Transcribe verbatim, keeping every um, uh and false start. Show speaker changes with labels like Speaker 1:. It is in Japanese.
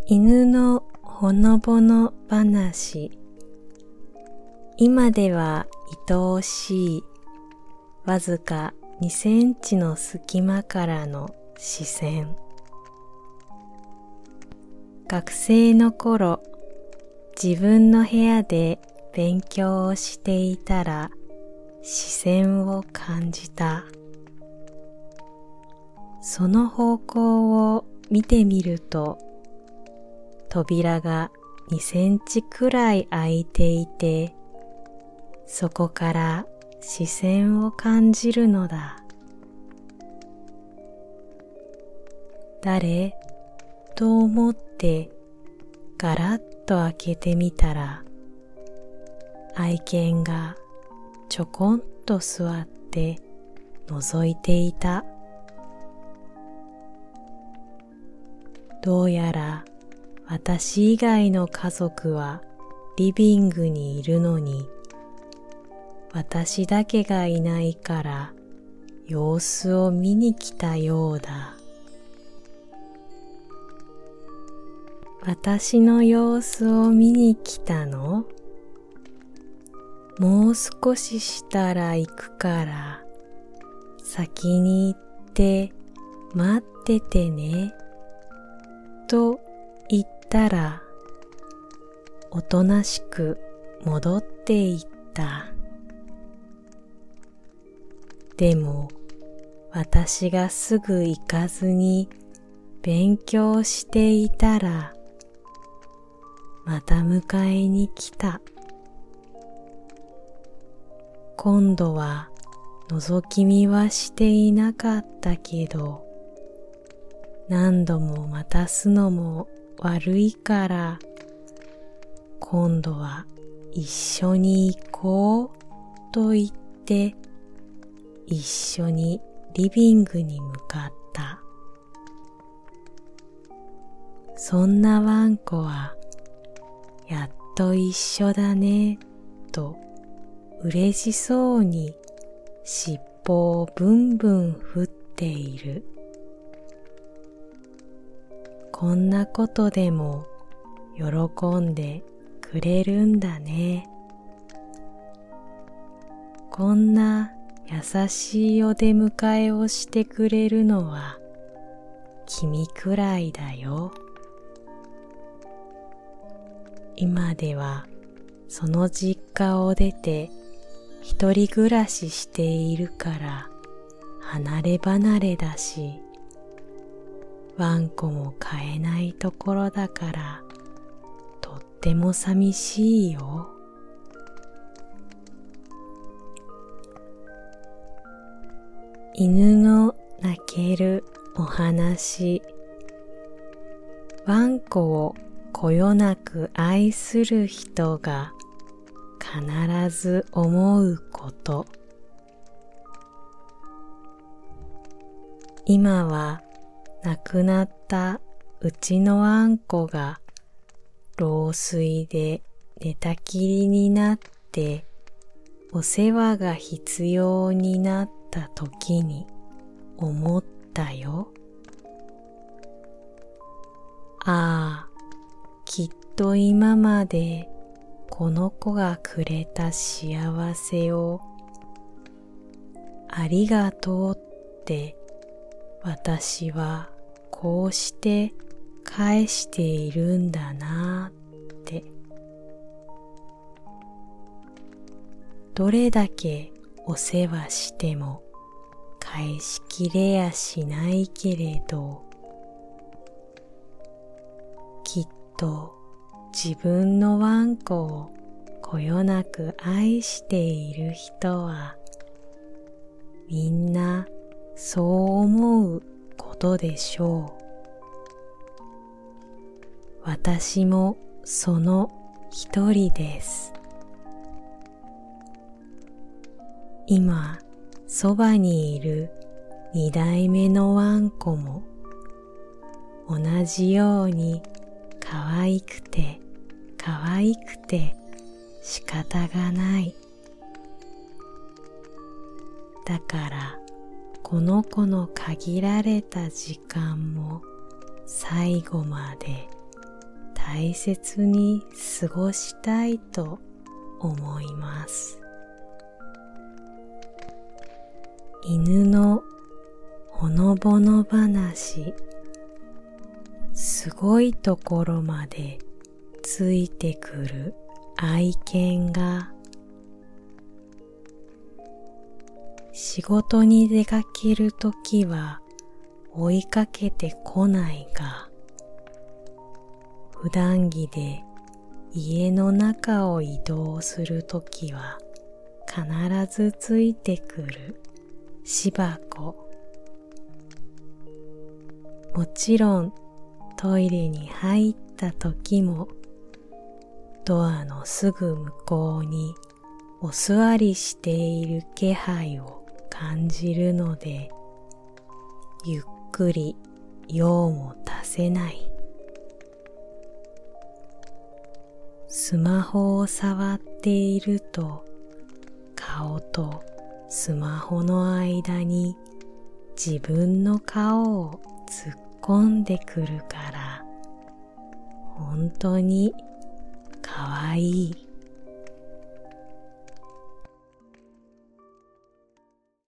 Speaker 1: 犬のほのぼの話。今では愛おしい、わずかにセンチの隙間からの視線。学生の頃、自分の部屋で勉強をしていたら視線を感じた。その方向を見てみると、扉がにセンチくらい開いていて、そこから視線を感じるのだ。誰？と思ってガラッと開けてみたら、愛犬がちょこんと座って覗いていた。どうやら私以外の家族はリビングにいるのに、私だけがいないから様子を見に来たようだ。私の様子を見に来たの？もう少ししたら行くから、先に行って待っててね。と言ったら、おとなしく戻っていった。でも、私がすぐ行かずに勉強していたら、また迎えに来た。今度は覗き見はしていなかったけど、何度も待たすのも悪いから、今度は一緒に行こうと言って、一緒にリビングに向かった。そんなワンコは、やっと一緒だね、と嬉しそうに尻尾をブンブン振っている。こんなことでも喜んでくれるんだね。こんな優しいお出迎えをしてくれるのは君くらいだよ。今ではその実家を出て一人暮らししているから離れ離れだし、ワンコも飼えないところだからとっても寂しいよ。犬の鳴けるお話。ワンコをこよなく愛する人が必ず思うこと。今は亡くなったうちのワンコが老衰で寝たきりになってお世話が必要になった時に思ったよ。ああ、きっと今までこの子がくれた幸せをありがとうって私はこうして返しているんだなって。どれだけお世話しても返しきれやしないけれど、きっと自分のワンコをこよなく愛している人はみんなそう思うことでしょう。私もその一人です。今そばにいる二代目のワンコも同じように可愛くて可愛くて仕方がない。だからこの子の限られた時間も最後まで大切に過ごしたいと思います。犬のほのぼの話、すごいところまでついてくる愛犬が、仕事に出かけるときは追いかけてこないが、普段着で家の中を移動するときは必ずついてくる柴子。もちろんトイレに入ったときもドアのすぐ向こうにお座りしている気配を感じるので、ゆっくり用も足せない。スマホを触っていると、顔とスマホの間に自分の顔を突っ込んでくるから、本当にかわいい。